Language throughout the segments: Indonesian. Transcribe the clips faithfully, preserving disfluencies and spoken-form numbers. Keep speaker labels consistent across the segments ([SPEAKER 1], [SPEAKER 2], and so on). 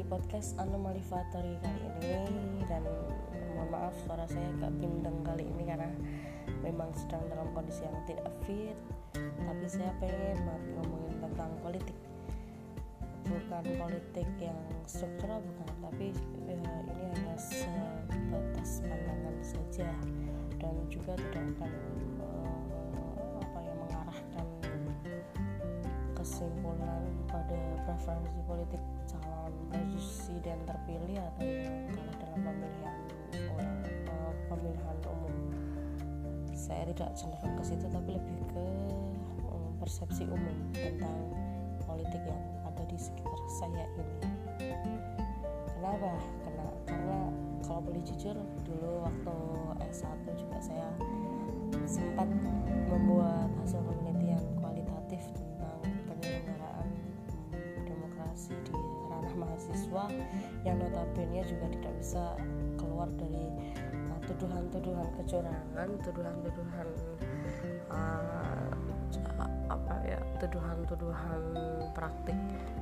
[SPEAKER 1] di podcast Anomali Factory kali ini. Dan mohon maaf suara saya agak bindeng kali ini karena memang sedang dalam kondisi yang tidak fit. Tapi saya pengen banget ngomongin tentang politik. Bukan politik yang struktural, bukan, tapi ya, ini hanya sebatas pandangan saja dan juga tidak akan uh, apa ya mengarahkan kesimpulan pada preferensi politik calon presiden terpilih atau yang kalah dalam pemilihan orang, uh, pemilihan umum. Saya tidak cenderung ke situ, tapi lebih ke um, persepsi umum tentang politik yang ada di sekitar saya ini. Kenapa? Karena, karena kalau boleh jujur, dulu waktu S satu juga saya sempat membuat hasil penelitian kualitatif tentang penyelenggaraan hmm, demokrasi di ranah mahasiswa yang notabene juga tidak bisa keluar dari uh, tuduhan-tuduhan kecurangan, tuduhan-tuduhan uh, apa ya, tuduhan-tuduhan praktik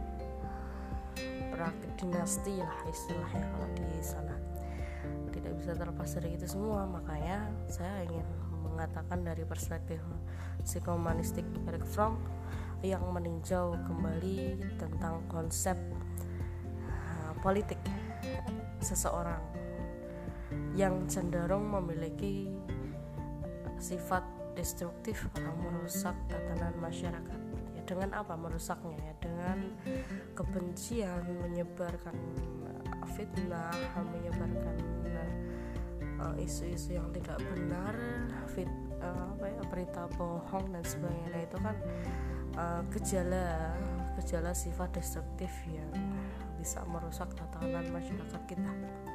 [SPEAKER 1] praktik dinasti lah istilahnya kalau di sana. Tidak bisa terlepas dari itu semua, makanya saya ingin mengatakan dari perspektif psikohumanistik Erich Fromm yang meninjau kembali tentang konsep uh, politik seseorang yang cenderung memiliki sifat destruktif atau merusak tatanan masyarakat. Ya, dengan apa merusaknya? Ya, dengan kebencian, menyebarkan uh, fitnah, menyebarkan uh, isu-isu yang tidak benar, fit, uh, apa ya, berita bohong dan sebagainya. Nah, itu kan uh, gejala gejala sifat destruktif yang bisa merusak tatanan masyarakat kita.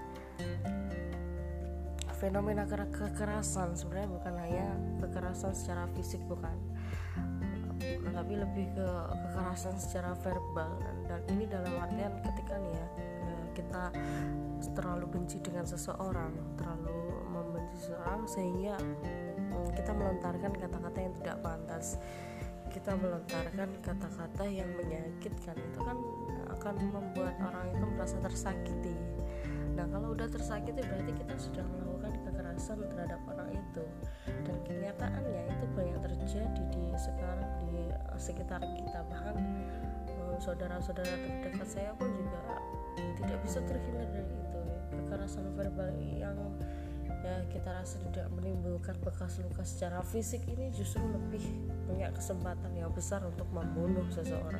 [SPEAKER 1] Fenomena kekerasan sebenarnya bukan hanya kekerasan secara fisik, bukan, tapi lebih ke kekerasan secara verbal. Dan ini dalam artian ketika nih ya kita terlalu benci dengan seseorang, terlalu membenci seseorang sehingga kita melontarkan kata-kata yang tidak pantas, kita melontarkan kata-kata yang menyakitkan. Itu kan akan membuat orang itu merasa tersakiti. Nah, kalau udah tersakiti berarti kita sudah melakukan kekerasan terhadap orang itu. Dan kenyataannya itu banyak terjadi di sekarang di sekitar kita. Bahkan um, saudara-saudara terdekat saya pun juga tidak bisa terhindar dari itu. Kekerasan verbal yang ya kita rasa tidak menimbulkan bekas luka secara fisik ini justru lebih punya kesempatan yang besar untuk membunuh seseorang.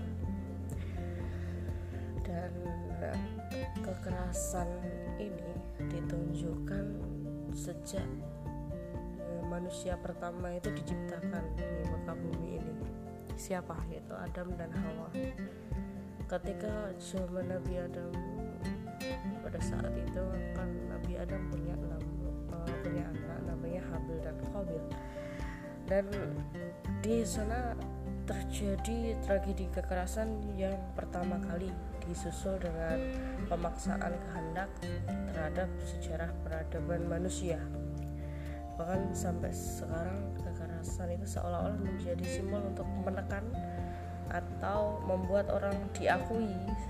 [SPEAKER 1] Dan kekerasan ini ditunjukkan sejak manusia pertama itu diciptakan di muka bumi ini. Siapa? Yaitu Adam dan Hawa. Ketika zaman Nabi Adam, pada saat itu kan Nabi Adam punya enam, uh, punya anak namanya Habil dan Qabil. Dan di sana terjadi tragedi kekerasan yang pertama kali disusul dengan pemaksaan kehendak terhadap sejarah peradaban manusia. Bahkan sampai sekarang kekerasan itu seolah-olah menjadi simbol untuk menekan atau membuat orang diakui,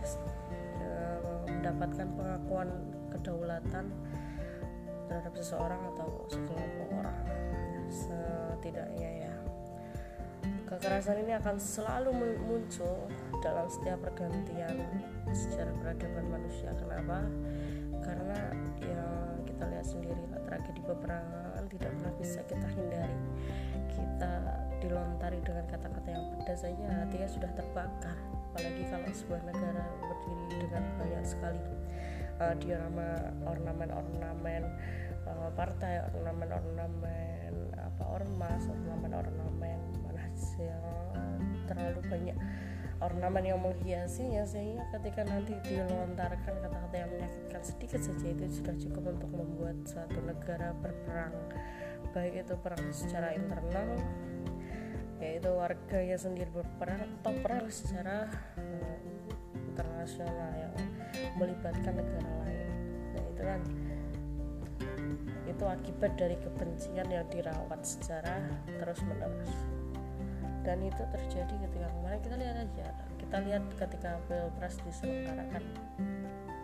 [SPEAKER 1] mendapatkan pengakuan kedaulatan terhadap seseorang atau sekelompok orang. Setidaknya ya, kekerasan ini akan selalu muncul dalam setiap pergantian sejarah peradaban manusia. Kenapa? Karena ya kita lihat sendiri lah, tragedi peperangan tidak pernah bisa kita hindari. Kita dilontari dengan kata-kata yang pedas saja hatinya sudah terbakar. Apalagi kalau sebuah negara berdiri dengan banyak sekali uh, diorama ornamen-ornamen uh, partai, ornamen-ornamen apa ormas, ornamen-ornamen yang terlalu banyak ornamen yang menghiasinya, sehingga ketika nanti dilontarkan kata-kata yang menyakitkan sedikit saja itu sudah cukup untuk membuat suatu negara berperang, baik itu perang secara internal yaitu warganya sendiri berperang atau perang secara uh, internasional yang melibatkan negara lain. Nah, itu kan itu akibat dari kebencian yang dirawat secara terus-menerus. Dan itu terjadi ketika kemarin kita lihat aja, kita lihat ketika Pilpres diselenggarakan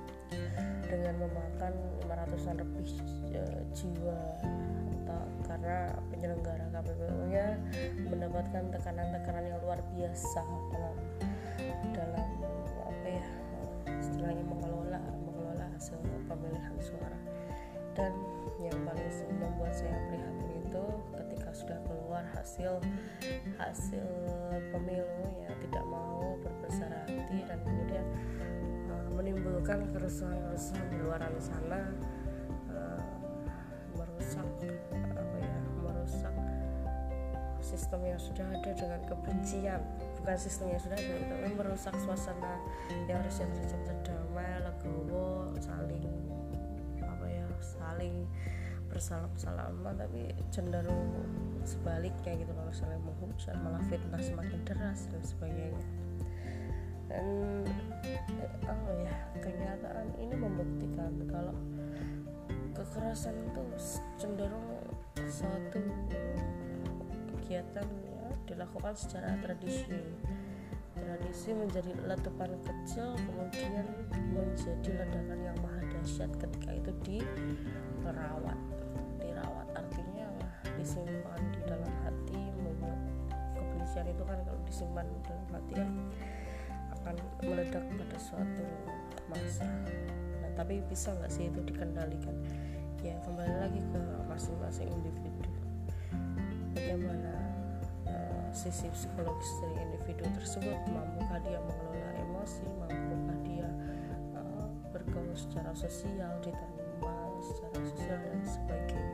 [SPEAKER 1] dengan memakan lima ratusan lebih uh, jiwa, atau karena penyelenggara K P P U-nya mendapatkan tekanan-tekanan yang luar biasa dalam dalam apa ya istilahnya mengelola mengelola hasil pemilihan suara. Dan yang paling membuat saya prihatin itu ketika sudah keluar hasil hasil pemilu ya tidak mau berbesar hati dan kemudian uh, menimbulkan kerusuhan-kerusuhan di luar sana, uh, merusak apa ya merusak sistem yang sudah ada dengan kebencian, bukan sistem yang sudah ada tapi merusak suasana yang harusnya tercipta damai, legowo, saling apa ya saling bersalam-salaman, tapi cenderung sebaliknya gitu, kalau saling menghujat malah fitnah semakin deras dan sebagainya. Dan oh ya kenyataan ini membuktikan kalau kekerasan itu cenderung suatu kegiatan ya dilakukan secara tradisi tradisi menjadi letupan kecil kemudian menjadi ledakan yang maha dahsyat ketika itu dirawat dirawat artinya disimpan di dalam hati. Membuat kebencian itu kan kalau disimpan di dalam hati kan akan meledak pada suatu masa. Nah tapi bisa nggak sih itu dikendalikan? Ya kembali lagi ke masing-masing individu, bagaimana uh, sisi psikologis dari individu tersebut, mampukah dia mengelola emosi, mampukah dia uh, bergaul secara sosial, diterima secara sosial dan sebagainya.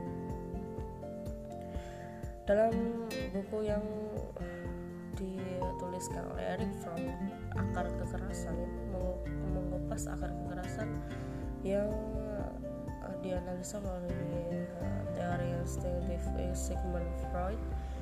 [SPEAKER 1] Dalam buku yang dituliskan oleh Erich Fromm, Akar Kekerasan, itu mengupas akar kekerasan yang uh, dianalisa melalui uh, teori instinktif Sigmund Freud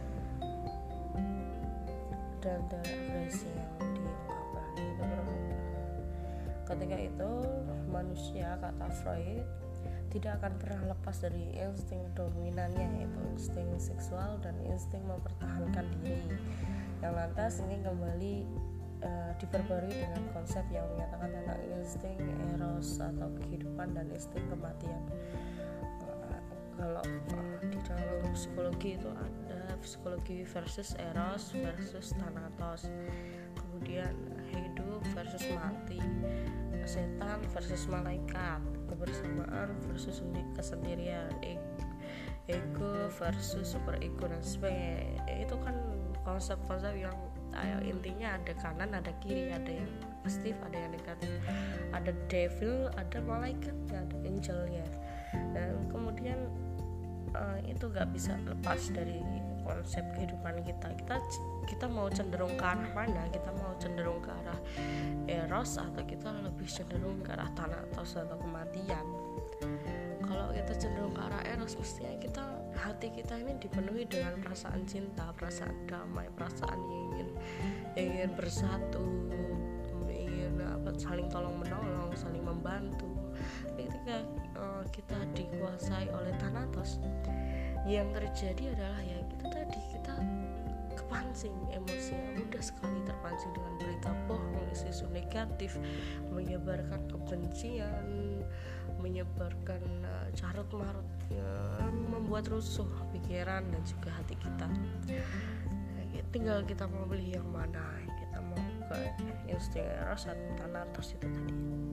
[SPEAKER 1] dan teori agresi yang diungkapkan itu. Ketika itu manusia, kata Freud, tidak akan pernah lepas dari insting dominannya, yaitu insting seksual dan insting mempertahankan diri, yang lantas ini kembali uh, diperbarui dengan konsep yang menyatakan tentang insting eros atau kehidupan dan insting kematian. Uh, kalau uh, di dalam psikologi itu ada psikologi versus eros versus thanatos, kemudian hidup versus mati, setan versus malaikat, kebersamaan versus kesendirian, ego versus super ego dan sebagainya. Itu kan konsep-konsep yang ayo, intinya ada kanan ada kiri, ada yang positif ada yang negatif, ada devil ada malaikat ada angelnya. Dan kemudian uh, itu gak bisa lepas dari konsep kehidupan kita. Kita kita mau cenderung ke arah mana? Kita mau cenderung ke arah eros atau kita lebih cenderung ke arah thanatos atau kematian? Kalau kita cenderung ke arah eros, mestinya kita hati kita ini dipenuhi dengan perasaan cinta, perasaan damai, perasaan ingin ingin bersatu, ingin apa, saling tolong menolong, saling membantu. Ketika uh, kita dikuasai oleh thanatos, yang terjadi adalah ya itu tadi, kita kepancing emosinya mudah sekali, terpancing dengan berita bohong, isu-isu negatif, menyebarkan kebencian, menyebarkan uh, carut marut, uh, membuat rusuh pikiran dan juga hati kita. Nah, tinggal kita mau beli yang mana, kita mau ke insting eros atau thanatos itu tadi.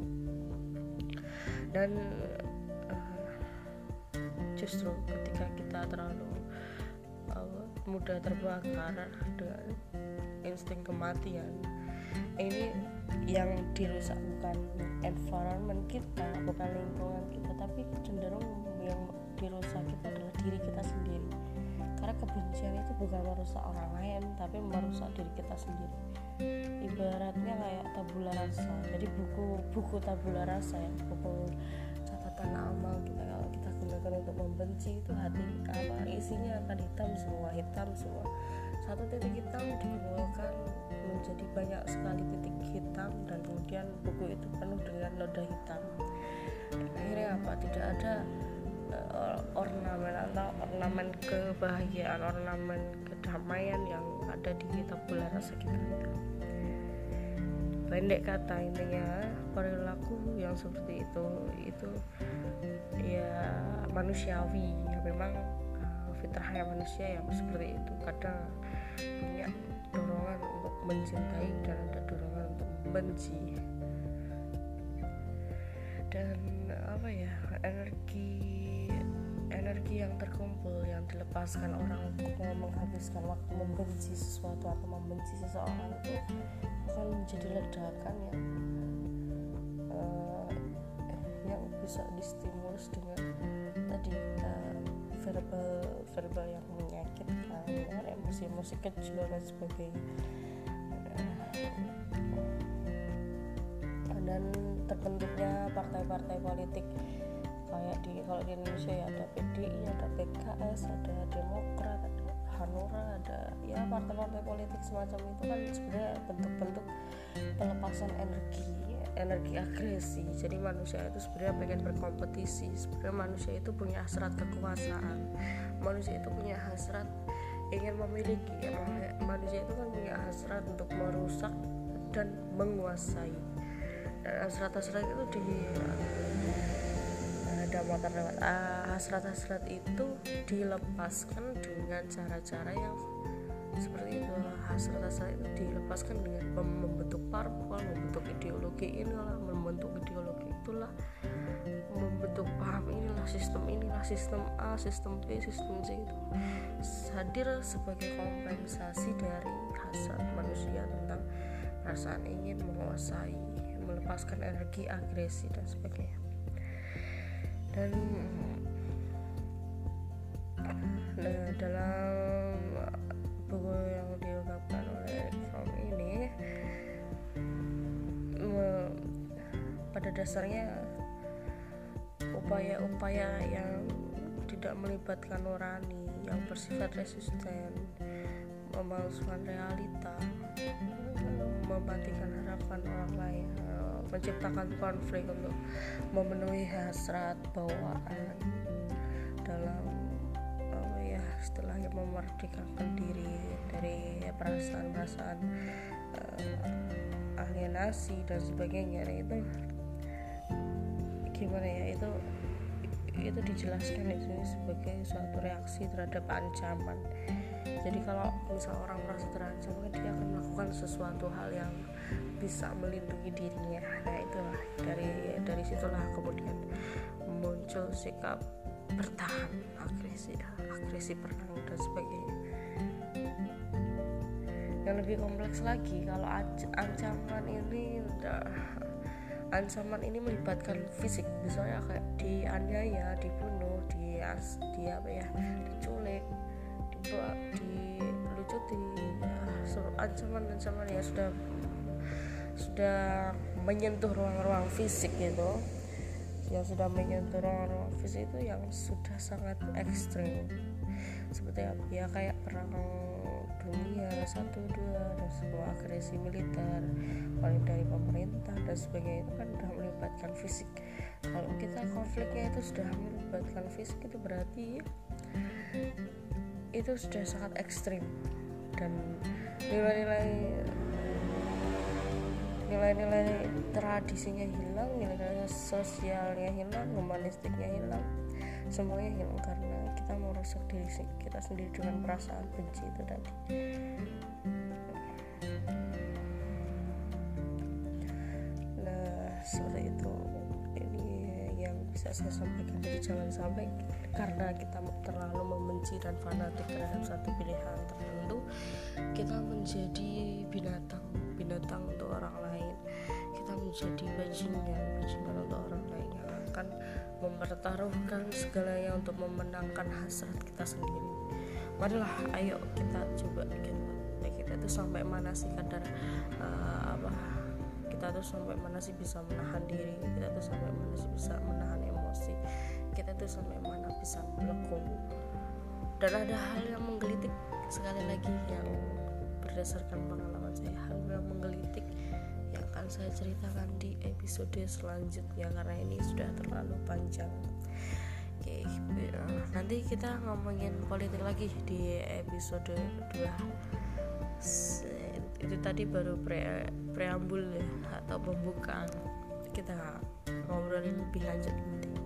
[SPEAKER 1] Dan justru ketika kita terlalu uh, mudah terbakar dengan insting kematian, ini yang dirusak bukan environment kita, bukan lingkungan kita, tapi cenderung yang dirusak kita adalah diri kita sendiri. Karena kebencian itu bukan merusak orang lain, tapi merusak diri kita sendiri. Ibaratnya kayak tabula rasa. Jadi buku buku tabula rasa ya, buku catatan amal kita, kalau kita gunakan untuk membenci itu hati apa isinya akan hitam semua, hitam semua. Satu titik hitam dikumpulkan menjadi banyak sekali titik hitam dan kemudian buku itu penuh dengan noda hitam. Akhirnya apa? Tidak ada uh, ornamen atau ornamen kebahagiaan, ornamen kedamaian yang ada di tabula rasa kita itu. pendek kata intinya perilaku yang seperti itu itu ya manusiawi ya, memang uh, fitrahnya manusia yang seperti itu, kadang punya dorongan untuk mencintai dan ada dorongan untuk membenci. Dan apa ya, energi energi yang terkumpul yang dilepaskan orang untuk menghabiskan waktu membenci sesuatu atau membenci seseorang itu akan menjadi ledakan yang uh, yang bisa distimulus dengan tadi uh, verbal verbal yang menyakitkan, dengan emosi-emosi kecil dan sebagainya. Dan terbentuknya partai-partai politik kayak di kalau di Indonesia ya ada P D I, ada P K S, ada Demokrat, ada Hanura, ada ya partai-partai politik semacam itu kan sebenarnya bentuk-bentuk pelepasan energi energi agresi. Jadi manusia itu sebenarnya pengen berkompetisi, sebenarnya manusia itu punya hasrat kekuasaan, manusia itu punya hasrat ingin memiliki ya, manusia itu kan punya hasrat untuk merusak dan menguasai. Dan hasrat-hasrat itu di ada motor lewat uh, hasrat-hasrat itu dilepaskan dengan cara-cara yang seperti itu. Hasrat-hasrat itu dilepaskan dengan membentuk parpol, membentuk ideologi inilah, membentuk ideologi itulah, membentuk paham inilah, sistem inilah, sistem A, sistem B, sistem C, itu hadir sebagai kompensasi dari hasrat manusia tentang perasaan ingin menguasai, melepaskan energi agresi dan sebagainya. Dan nah, dalam buku yang diungkapkan oleh Eric Fromm ini me, pada dasarnya upaya-upaya yang tidak melibatkan nurani, yang bersifat resisten, memalsukan realita, mematikan harapan orang lain, menciptakan konflik untuk memenuhi hasrat bawaan dalam apa ya istilahnya memerdekakan diri dari perasaan-perasaan uh, alienasi dan sebagainya. Nah, itu gimana ya, itu itu dijelaskan di sini sebagai suatu reaksi terhadap ancaman. Jadi kalau misal orang merasa terancam, dia akan melakukan sesuatu hal yang bisa melindungi dirinya. Nah itulah dari dari situlah kemudian muncul sikap bertahan, agresi, agresi perang dan sebagainya. Yang lebih kompleks lagi, kalau ancaman ini ancaman ini melibatkan fisik, misalnya kayak dianiaya, dibunuh, di di apa ya, diculik, dilucuti, ya, ancaman-ancaman ya sudah sudah menyentuh ruang-ruang fisik gitu, yang sudah menyentuh ruang-ruang fisik itu yang sudah sangat ekstrim, seperti apa ya, kayak perang dunia satu dua dan semua agresi militer paling dari pemerintah dan sebagainya, itu kan sudah melibatkan fisik. Kalau kita konfliknya itu sudah melibatkan fisik, itu berarti itu sudah sangat ekstrim, dan nilai-nilai nilai-nilai tradisinya hilang, nilai-nilai sosialnya hilang, humanistiknya hilang, semuanya hilang karena kita merusak diri kita sendiri dengan perasaan benci itu tadi. Nah seperti itu, ini yang bisa saya sampaikan. Jadi jangan sampai karena kita terlalu membenci dan fanatik terhadap satu pilihan tertentu, kita menjadi binatang binatang untuk orang lain, kita menjadi bajingan bajingan untuk orang lain yang akan mempertaruhkan segalanya untuk memenangkan hasrat kita sendiri. Marilah, ayo kita coba gitu. Ya, kita tuh sampai mana sih kadar uh, apa kita tuh sampai mana sih bisa menahan diri, kita tuh sampai mana sih bisa menahan emosi, kita tuh sampai mana bisa melekung. Dan ada hal yang menggelitik sekali lagi yang berdasarkan pengalaman saya, hal yang menggelitik yang akan saya ceritakan di episode selanjutnya karena ini sudah terlalu panjang. Oke, nanti kita ngomongin politik lagi di episode dua. itu tadi baru pre preambul ya, atau pembukaan. Kita ngobrolin lebih lanjut nanti.